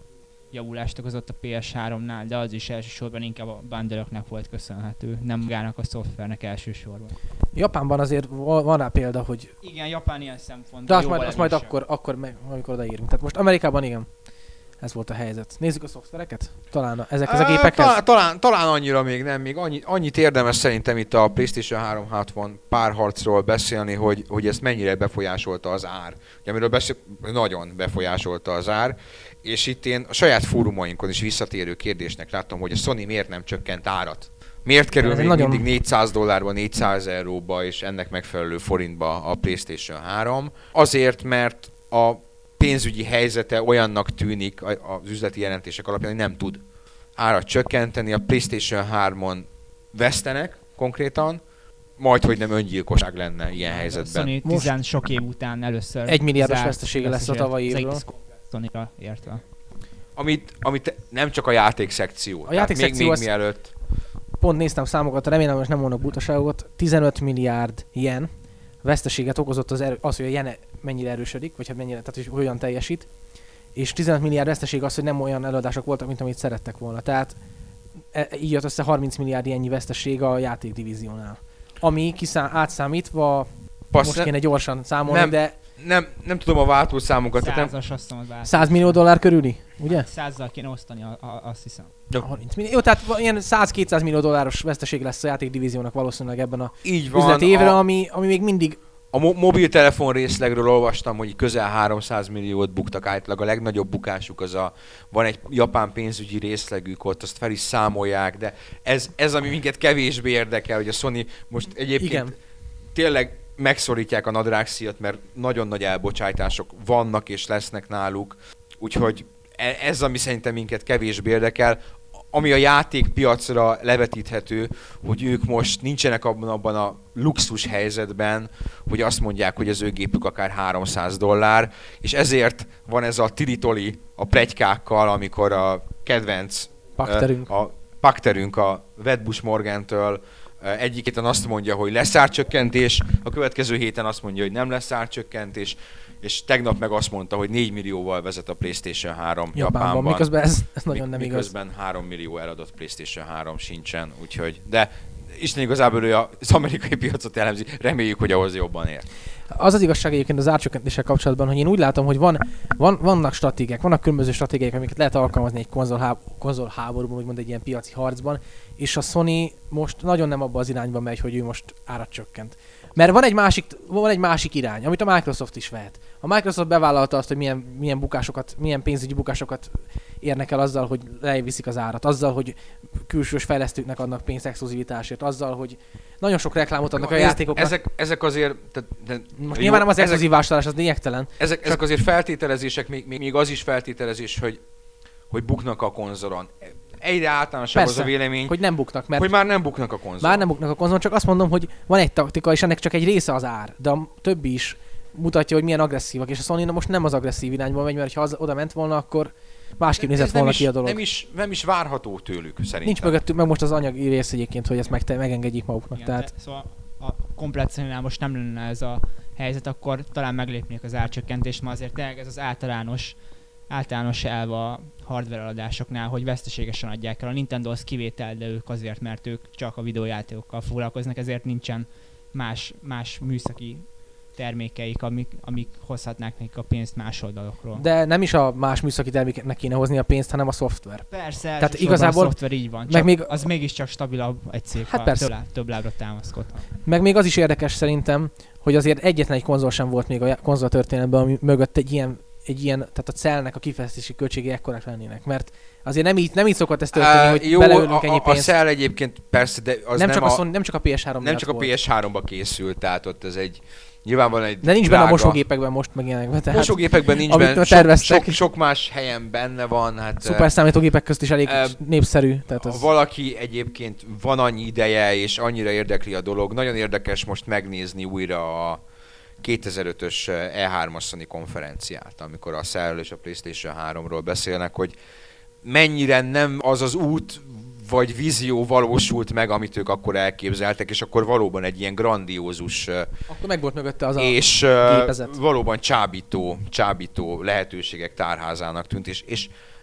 javulást okozott a pé es háromnál, de az is elsősorban inkább a bundle-öknek volt köszönhető, nem magának a szoftvernek elsősorban. Japánban azért van van rá példa, hogy... Igen, Japán ilyen szempontból De azt jóval majd, azt majd erősebb. akkor, akkor meg, amikor odaírunk. Tehát most Amerikában igen. Ez volt a helyzet. Nézzük a szoftvereket? Talán a, ezekhez a Á, gépekhez? Talán, talán, talán annyira még nem, még annyi, annyit érdemes szerintem itt a PlayStation háromszázhatvan párharcról beszélni, hogy, hogy ezt mennyire befolyásolta az ár. Ugye, amiről beszél, nagyon befolyásolta az ár, és itt én a saját fórumainkon is visszatérő kérdésnek láttam, hogy a Sony miért nem csökkent árat. Miért kerül Ez még nagyon- mindig négyszáz dollárba, négyszáz euróba és ennek megfelelő forintba a PlayStation három? Azért, mert a pénzügyi helyzete olyannak tűnik az üzleti jelentések alapján, hogy nem tud árat csökkenteni. A PlayStation hármon vesztenek konkrétan, majd hogy nem öngyilkosság lenne ilyen helyzetben. Sony Most- tizen sok év után először Egy milliárdos zárt vesztesége lesz a veszteséget, tavalyi az évről. egész Sony-ra értve. Amit, amit nem csak a játékszekció. A Tehát játékszekció még, még az- mielőtt. Pont néztem számokat, remélem, hogy nem mondok butaságot. tizenöt milliárd yen veszteséget okozott az, erő, az, hogy a yen mennyire erősödik, vagy hát mennyire, tehát hogy hogyan teljesít. És tizenöt milliárd veszteség az, hogy nem olyan eladások voltak, mint amit szerettek volna. Tehát e, így jött össze harminc milliárd ennyi veszteség a játékdivíziónál. Ami kiszá- átszámítva, Passz, most nem, kéne gyorsan számolni, nem, de nem, nem tudom a váltószámokat. tehát nem, Százas azt mondom, hogy száz millió dollár körüli, ugye? Százzal kéne osztani, a, a, azt hiszem. harminc millió. Jó, tehát ilyen száz-kétszáz millió dolláros veszteség lesz a játékdivíziónak valószínűleg ebben a így van. üzleti évre, a, ami, ami még mindig a mo- mobiltelefon részlegről olvastam, hogy közel háromszáz milliót buktak átlag. A legnagyobb bukásuk az a, van egy japán pénzügyi részlegük ott, azt fel is számolják, de ez, ez ami minket kevésbé érdekel, hogy a Sony most egyébként Igen. tényleg megszorítják a nadrágszíjat, mert nagyon nagy elbocsátások vannak és lesznek náluk, úgyhogy e- ez ami szerintem minket kevésbé érdekel. Ami a játékpiacra levetíthető, hogy ők most nincsenek abban, abban a luxus helyzetben, hogy azt mondják, hogy az ő gépük akár háromszáz dollár, és ezért van ez a tilitoli a pletykákkal, amikor a kedvenc pakterünk. a pakterünk a Wedbush Morgantől egyik héten azt mondja, hogy lesz árcsökkentés, a következő héten azt mondja, hogy nem lesz árcsökkentés, és tegnap meg azt mondta, hogy négy millióval vezet a PlayStation három Japánban, Japánban. miközben ez, ez nagyon nem igaz. Miközben három millió eladott PlayStation három sincsen, úgyhogy, de Isten igazából ő az amerikai piacot elemzi, reméljük, hogy ahhoz jobban ér. Az az igazság egyébként az árcsökkentéssel kapcsolatban, hogy én úgy látom, hogy van, van, vannak stratégiák, vannak különböző stratégiák, amiket lehet alkalmazni egy konzol, háb- konzol háborúban, úgymond egy ilyen piaci harcban, és a Sony most nagyon nem abba az irányba megy, hogy ő most árat csökkent. Mert van egy másik, van egy másik irány, amit a Microsoft is vehet. A Microsoft bevállalta azt, hogy milyen, milyen bukásokat, milyen pénzügyi bukásokat érnek el azzal, hogy leviszik az árat, azzal, hogy külsős fejlesztőknek adnak pénzt exkluzivitásért, azzal, hogy nagyon sok reklámot adnak a Ez- játékoknak. Ezek, ezek azért... Tehát, de, Most jó, nyilván nem az ezek, exkluzív vásárlás, az lényegtelen. ezek, ezek azért feltételezések, még, még, még az is feltételezés, hogy, hogy buknak a konzolon. Egyre általánosabb az Persze, a vélemény, hogy, Hogy nem buknak, mert hogy már nem buknak a konzolon. már nem buknak a konzolon, csak azt mondom, hogy van egy taktika, és ennek csak egy része az ár, de a többi is mutatja, hogy milyen agresszívak, és a Sony most nem az agresszív irányba megy, mert ha az oda ment volna, akkor másképp nézett Ez nem volna is, ki a dolog. Nem is, nem is várható tőlük, szerintem. Nincs mögöttük meg most az anyagi rész egyébként, hogy ezt megte- megengedjék maguknak. Igen, Tehát de, szóval a komplet Sony-nál most nem lenne ez a helyzet, akkor talán meglépnék az árcsökkentést, ma azért tényleg ez az általános, általános elv a hardware eladásoknál, hogy veszteségesen adják el. A Nintendo az kivétel, de ők azért, mert ők csak a videójátékokkal foglalkoznak, ezért nincsen más, más műszaki termékeik, amik, amik hozhatnák nekik a pénzt más oldalokról. de nem is a más műszaki termékeknek kéne hozni a pénzt, hanem a szoftver. Persze, Tehát tehát igazából- igazából a szoftver így van, meg csak még- az mégiscsak stabilabb egy cég, Hát ha persze. több, lá- több lábra támaszkodhat. Meg még az is érdekes szerintem, hogy azért egyetlen egy konzol sem volt még a já- konzol történelemben, ami mögött egy ilyen, egy ilyen, tehát a cellnek a kifejlesztési költségei ekkorák lennének, mert azért nem így, nem így szokott ez történni, Á, hogy jó, beleölünk a, ennyi a, a pénzt. Cell egyébként persze, de az nem, nem, csak a, a Sony, nem csak a pé es három nem csak a pé es háromba készült, tehát ott ez egy nyilvánvalóan egy De nincs benne a drága- mosógépekben most meg ilyenekben, tehát Mosógépekben nincs amit benne, ma sok, terveztek. sok, sok más helyen benne van. Hát, szuper számítógépek közt is elég eh, népszerű. Tehát ha az... valaki egyébként van annyi ideje, és annyira érdekli a dolog, nagyon érdekes most megnézni újra a kétezer-ötös E hármas Sony konferenciát, amikor a Cell és a PlayStation háromról beszélnek, hogy mennyire nem az az út vagy vízió valósult meg, amit ők akkor elképzeltek, és akkor valóban egy ilyen grandiózus Akkor meg volt mögötte az a... és uh, gépezet. valóban csábító, csábító lehetőségek tárházának tűnt, és, és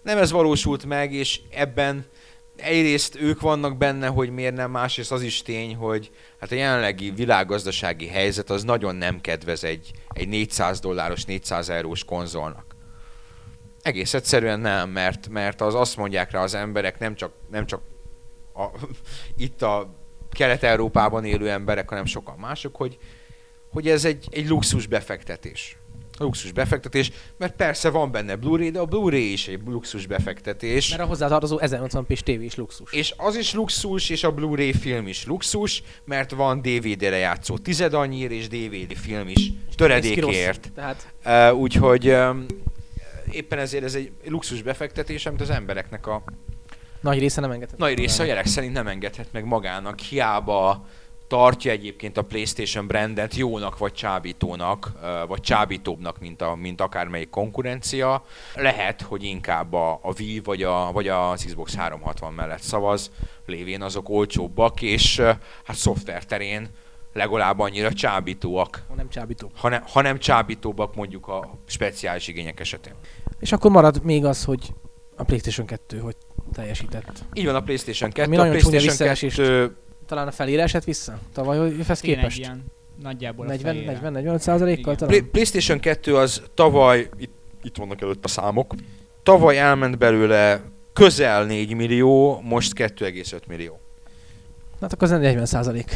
nem ez valósult meg, és ebben egyrészt ők vannak benne, hogy miért nem, másrészt az is tény, hogy hát a jelenlegi világgazdasági helyzet az nagyon nem kedvez egy, egy négyszáz dolláros, négyszáz eurós konzolnak. Egész egyszerűen nem, mert, mert az azt mondják rá az emberek, nem csak, nem csak a, itt a Kelet-Európában élő emberek, hanem sokan mások, hogy, hogy ez egy, egy luxus befektetés. Luxus befektetés, mert persze van benne Blu-ray, de a Blu-ray is egy luxus befektetés. Mert a hozzátartozó ezernyolcvan pés tévé is luxus. És az is luxus, és a Blu-ray film is luxus, mert van dé vé dére játszó tized annyira, és dé vé dé film is töredékért. Tehát... Uh, úgyhogy um, éppen ezért ez egy luxus befektetés, amit az embereknek a nagy része nem engedhet. Nagy része a jelek szerint nem engedhet meg magának, hiába tartja egyébként a PlayStation brandet jónak vagy csábítónak, vagy csábítóbbnak, mint, a, mint akármelyik konkurencia. Lehet, hogy inkább a, a Wii vagy, a, vagy az Xbox háromszázhatvan mellett szavaz, lévén azok olcsóbbak, és hát szoftver terén legalább annyira csábítóak. Ha nem csábítóbb. Ha, ne, ha nem csábítóbbak mondjuk a speciális igények esetén. És akkor marad még az, hogy a PlayStation kettő hogy teljesített. Így van, a PlayStation kettő. Mi a nagyon csúnya PlayStation kettő... Talán a felére esett vissza? Tavaly hogy képest? Ilyen, nagyjából negyven negyvenöt százalékkal talán? Play, PlayStation kettő az tavaly, itt, itt vannak előtt a számok, tavaly elment belőle közel négy millió, most kettő egész öt millió. Hát akkor az negyven százalék.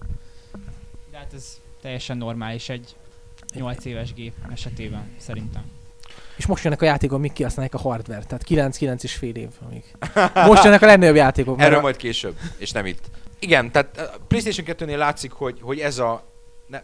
De hát ez teljesen normális egy nyolc éves gép esetében, szerintem. És most jönnek a játékok, amik kihasználják a hardware, tehát kilenc kilenc és fél év. Amíg. Most jönnek a legnagyobb játékok. Erről a... majd később, és nem itt. Igen, tehát a PlayStation kettőnél látszik, hogy, hogy ez a... Ne,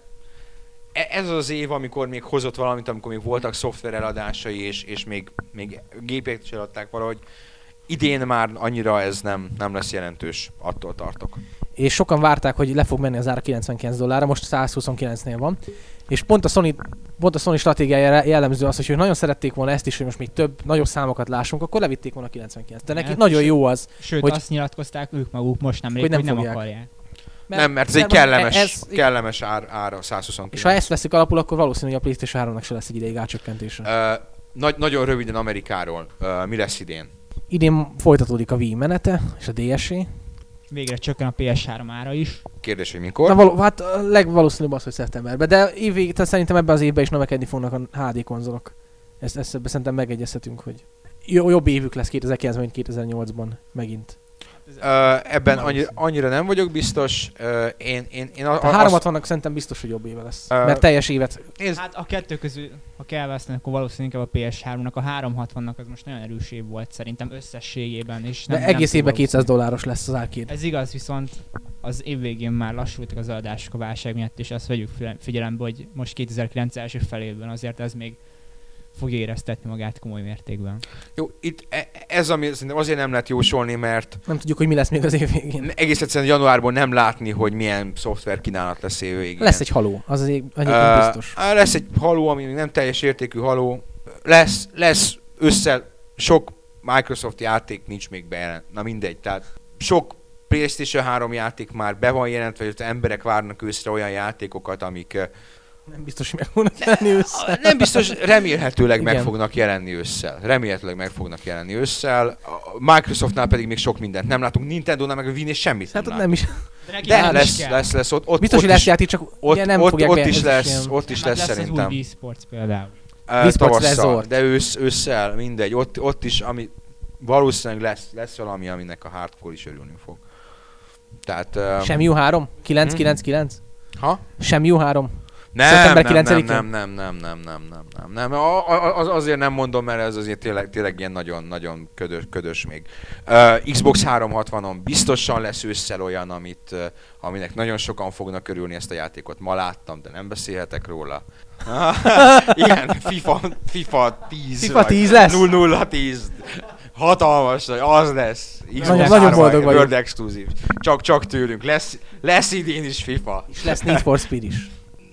ez az év, amikor még hozott valamit, amikor még voltak szoftver eladásai, és, és még, még gépeket is eladták valahogy. Idén már annyira ez nem, nem lesz jelentős, attól tartok. És sokan várták, hogy le fog menni az ára kilencvenkilenc dollárra, most száz huszonkilencnél van. És pont a Sony, pont a Sony stratégiája jellemző az, hogy ők nagyon szerették volna ezt is, hogy most még több, nagyobb számokat lássunk, akkor levitték volna kilencvenkilenc. De nekik hát, nagyon jó az. Sőt, hogy azt nyilatkozták ők maguk most nemrég, hogy nem, hogy nem fogják. akarják. Mert, nem, mert ez egy kellemes, ez, kellemes ár, ára száz huszonkilenc. És ha ezt veszik alapul, akkor valószínű, hogy a PlayStation háromnak se lesz egy ideig átcsökkentése. Uh, nagy, nagyon röviden Amerikáról. Uh, mi lesz idén? Idén folytatódik a Wii menete, és a dé es é. Végre csökken a pé es három ára is. Kérdés, hogy mikor? Na, való, hát a legvalószínűbb az, hogy szeptemberben. De évvégig, tehát szerintem ebben az évben is növekedni fognak a há dé konzolok. Ezt, ezt ebben szerintem megegyezhetünk, hogy jobb évük lesz kétezer-kilencben, mint kétezer-nyolcban megint. Uh, ebben annyira, annyira nem vagyok biztos. Uh, én, én, én a, a háromszázhatvannak szerintem biztos, hogy jobb éve lesz. Uh, mert teljes évet. Ez... Hát a kettő közül, ha kell választani, akkor valószínűleg a pé es háromnak, a háromszázhatvannak az most nagyon erős év volt szerintem összességében. És nem, de egész nem évben kétszáz dolláros lesz az árkéd. Ez igaz, viszont az év végén már lassultak az eladások a válság miatt, és azt vegyük figyelembe, hogy most kétezer-kilenc első felében azért ez még fog éreztetni magát komoly mértékben. Jó, itt ez ami szerintem azért nem lehet jósolni, mert nem tudjuk, hogy mi lesz még az év végén. Egész egyszerűen januárból nem látni, hogy milyen szoftver kínálat lesz év végén. Lesz egy haló, az az egyébként uh, biztos. Lesz egy haló, ami nem teljes értékű haló. Lesz, lesz össze sok Microsoft játék nincs még bejelent. Na mindegy, tehát sok PlayStation három játék már be van jelentve, hogy az emberek várnak őszre olyan játékokat, amik nem biztos, hogy meg fognak jelenni ősszel. Nem biztos, remélhetőleg meg fognak jelenni ősszel. Remélhetőleg meg fognak jelenni ősszel. A Microsoftnál pedig még sok mindent nem látunk. Nintendónál meg a Wii-n és semmit hát nem, nem is. De, De lesz, lesz, lesz, lesz. Ott, ott, biztos, hogy lesz játék, csak ott, nem ott, fogják ott is lesz, ott is lesz lesz szerintem. Az új Wii Sports például. Uh, tavasszal, de ősz, ősszel, mindegy. Ott, ott is, ami valószínűleg lesz, lesz valami, aminek a hardcore is örülni fog. Tehát... Uh, Sem jó három? kilenc kilenc kilenc? Ha? Sem jó három? Nem, nem, nem, nem, nem, nem, nem, nem, nem, nem, nem. Az, azért nem mondom, mert ez azért tényleg, tényleg ilyen nagyon-nagyon ködös, ködös még. Uh, Xbox háromszázhatvanon biztosan lesz ősszel olyan, amit, uh, aminek nagyon sokan fognak örülni, ezt a játékot ma láttam, de nem beszélhetek róla. Igen, FIFA, FIFA tíz. FIFA tíz lesz? nulla nulla tíz. Hatalmas, az lesz. Nagyon, nagyon boldog vagyok. World Exclusive. Csak, csak tőlünk. Lesz, lesz idén is FIFA. És lesz Need for Speed is.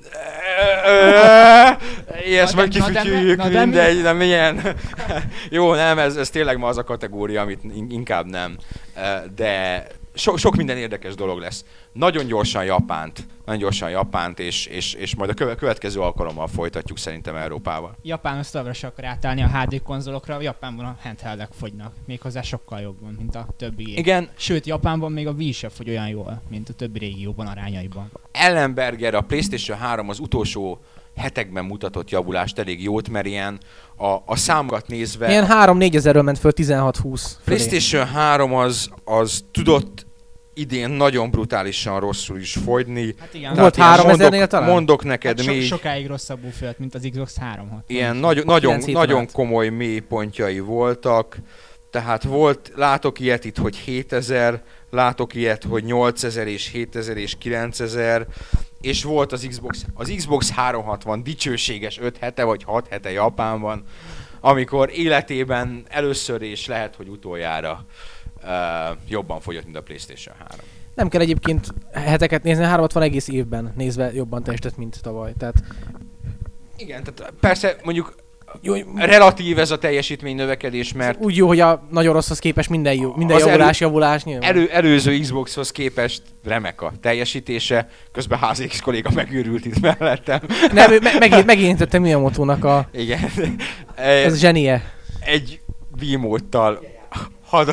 Ilyes majd kifütyüljük, mindegy, de milyen. Jó, nem, ez, ez tényleg ma az a kategória, amit inkább nem. De so, sok minden érdekes dolog lesz. Nagyon gyorsan Japánt, nagyon gyorsan Japánt, és, és, és majd a köve, következő alkalommal folytatjuk szerintem Európával. Japán azt továbbra se akar átállni a há dé konzolokra, Japánban a handheldek fogynak, méghozzá sokkal jobban, mint a többi. Igen. Sőt, Japánban még a Wii se fogy olyan jól, mint a többi régióban arányaiban. Ellenberger a PlayStation három az utolsó hetekben mutatott javulást elég jót, mert ilyen a, a számokat nézve... Ilyen három-négy ezerről ment föl tizenhat húsz fölé. PlayStation három az, az tudott idén nagyon brutálisan rosszul is fogyni. Hát igen, Volt ilyen háromezernél mondok, talán? mondok neked hát so, még sokáig rosszabbul főtt, mint az Xbox háromszázhatvan. ilyen nagyon, nagyon, kilenc nagyon héten komoly mélypontjai voltak. Tehát volt, látok ilyet itt, hogy hétezer, látok ilyet, hogy nyolcezer és hétezer és kilencezer, és volt az Xbox, az Xbox háromszázhatvan dicsőséges öt hete vagy hat hete Japánban, amikor életében először és lehet, hogy utoljára uh, jobban fogyott, mint a PlayStation három. Nem kell egyébként heteket nézni, háromszázhatvan egész évben nézve jobban teljesített, mint tavaly. Tehát Igen, tehát persze mondjuk jó, relatív ez a teljesítmény növekedés, mert úgy jó, hogy a nagyon rosszhoz képest minden jó, minden Az javulás, javulás nyilván. elő, előző Xboxhoz képest remek a teljesítése, közben há iksz kolléga megőrült itt mellettem. Nem, me- megint, megérintette Miyamoto-nak a Igen. ez zsenie. Egy Wiimote-tal had...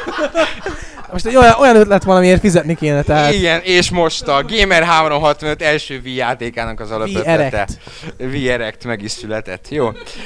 Most egy olyan, olyan ötlet van, amiért fizetni kéne, tehát Igen, és most a Gamer háromszázhatvanöt első Wii játékának az alapötlete. Erect. Wii Erect meg is született. Jó.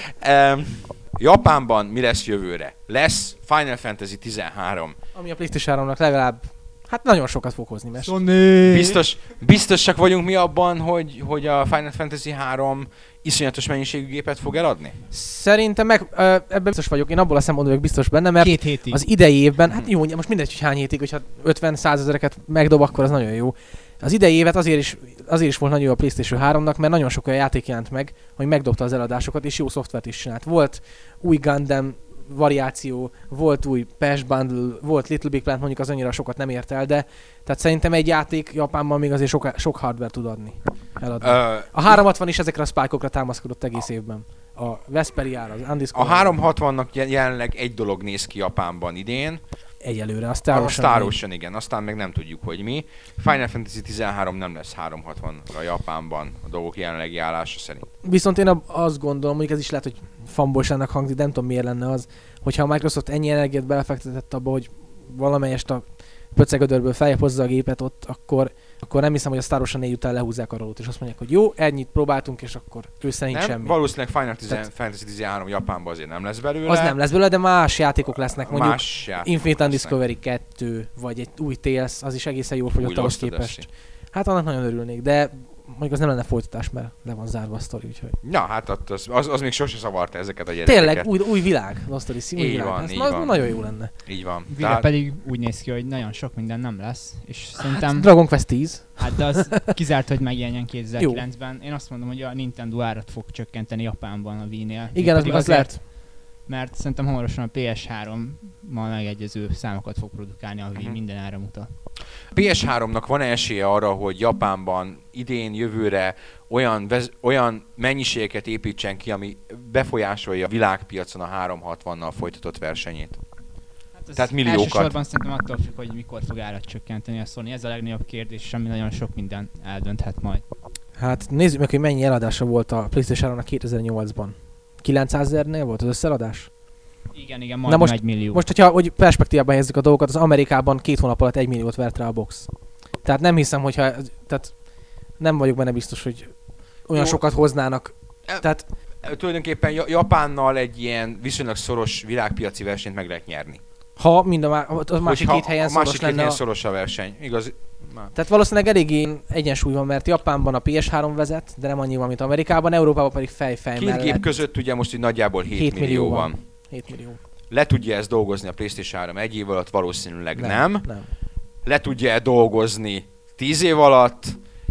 Um, Japánban mi lesz jövőre? Lesz Final Fantasy tizenhárom. ami a PlayStation háromnak legalább, hát nagyon sokat fog hozni, mert Sony! Biztos, biztosak vagyunk mi abban, hogy, hogy a Final Fantasy három iszonyatos mennyiségű gépet fog eladni? szerintem meg, ö, ebben biztos vagyok, én abból a szempontból vagyok biztos benne, mert Két hétig. az idei évben, hát jó, most mindegy, hogy hány hétig, hogyha ötven-százezereket megdob, akkor az nagyon jó. Az idei évet azért is, azért is volt nagyon jó a PlayStation háromnak, mert nagyon sok olyan játék jelent meg, hogy megdobta az eladásokat, és jó szoftvert is csinált. Volt új Gundam variáció, volt új Patch Bundle, volt Little Big Planet, mondjuk az annyira sokat nem ért el, de tehát szerintem egy játék Japánban még azért sok, sok hardware tud adni, eladni. Uh, A háromszázhatvan is ezekre a spike-okra támaszkodott egész évben. A Vesperiára, az a Undiscovered. háromszázhatvannak je- jelenleg egy dolog néz ki Japánban idén. Egyelőre, a A Star Ocean. Star Ocean, igen, aztán még nem tudjuk, hogy mi. Final Fantasy tizenhárom nem lesz háromszázhatvanra Japánban, a dolgok jelenlegi állása szerint. Viszont én ab- azt gondolom, mondjuk ez is lehet, hogy fanboyságnak hangzik, de nem tudom miért lenne az, hogyha a Microsoft ennyi energiát belefektetett abba, hogy valamelyest a pöcegödörből feljebb hozza a gépet ott, akkor, akkor nem hiszem, hogy a Star Ocean négy után lehúzzák a rolót, és azt mondják, hogy jó, ennyit próbáltunk, és akkor ősszel nincs Nem, semmi. valószínűleg Final Tehát- Fantasy tizenhárom Japánban azért nem lesz belőle. Az nem lesz belőle, de más játékok lesznek, mondjuk Más játékok Infinite lesznek. Undiscovery kettő, vagy egy új Tales, az is egészen jól fogyott Új ahhoz Lost képest. Odyssey. Hát annak nagyon örülnék, de mondjuk az nem lenne folytatás, mert le van zárva a sztori, úgyhogy. Na, hát ott az, az, az még sose zavarta ezeket a gyerekeket. Tényleg, új, új világ, Lost Odyssey, új Így világ. van, Ez így na- van. nagyon jó lenne. Így van. Vile pedig úgy néz ki, hogy nagyon sok minden nem lesz, és szerintem, Dragon Quest tíz. hát de az kizárt, hogy megjelenjen kétezer-kilencben. Én azt mondom, hogy a Nintendo árat fog csökkenteni Japánban a Wii-nél. Igen, az, Pedig az azért, lehet. Mert szerintem hamarosan a pé es három-mal megegyező számokat fog produkálni a Wii, Mhm. minden ára mutat. pé es háromnak van esélye arra, hogy Japánban idén, jövőre olyan, vez, olyan mennyiségeket építsen ki, ami befolyásolja a világpiacon a háromszázhatvannal folytatott versenyét? Hát ez Tehát milliókat. Elsősorban szerintem attól függ, hogy mikor fog árat csökkenteni a Sony. Ez a legnagyobb kérdés, ami nagyon sok minden eldönthet majd. Hát nézzük meg, hogy mennyi eladása volt a PlayStation háromnak kétezer-nyolcban. kilencszázezernél volt az összeladás? Igen, igen, majdnem most- egy millió. Most, hogyha hogy perspektívába helyezzük a dolgokat, az Amerikában két hónap alatt egy milliót vert rá a box. Tehát nem hiszem, hogyha... Tehát nem vagyok benne biztos, hogy olyan Jó. sokat hoznának. E- Tehát Tulajdonképpen Ja- Japánnal egy ilyen viszonylag szoros világpiaci versenyt meg lehet nyerni. ha mind a, má- a másik Hogyha két helyen a szoros másik két lenne helyen a... szoros a verseny. Igaz? Na. Tehát valószínűleg eléggé egyensúly van, mert Japánban a pé es három vezet, de nem annyival, mint Amerikában, Európában pedig fej-fej Két mellett gép között ugye most így nagyjából hét, hét millió, millió van. van. hét millió. Le tudja ezt dolgozni a PlayStation három egy év alatt? Valószínűleg nem. nem. nem. Le tudja -e dolgozni tíz év alatt?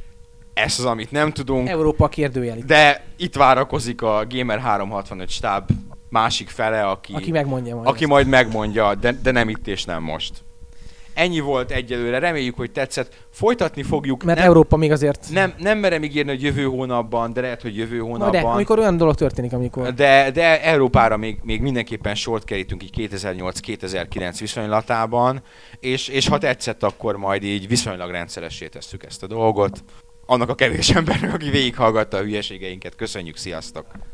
Ez az, amit nem tudunk. Európa kérdőjel itt. De itt várakozik a Gamer háromszázhatvanöt stáb másik fele, aki, Aki megmondja majd. aki ezt. majd megmondja, de, de nem itt és nem most. ennyi volt egyelőre, reméljük, hogy tetszett. Folytatni fogjuk. Mert nem, Európa még azért... nem, nem merem ígérni, hogy jövő hónapban, de lehet, hogy jövő hónapban. De, amikor olyan dolog történik, amikor... De, de Európára még, még mindenképpen sort kerítünk így kétezer-nyolc kétezer-kilenc viszonylatában, és, és ha tetszett, akkor majd így viszonylag rendszeressé tesszük ezt a dolgot. Annak a kevés embernek, aki végighallgatta a hülyeségeinket. Köszönjük, sziasztok!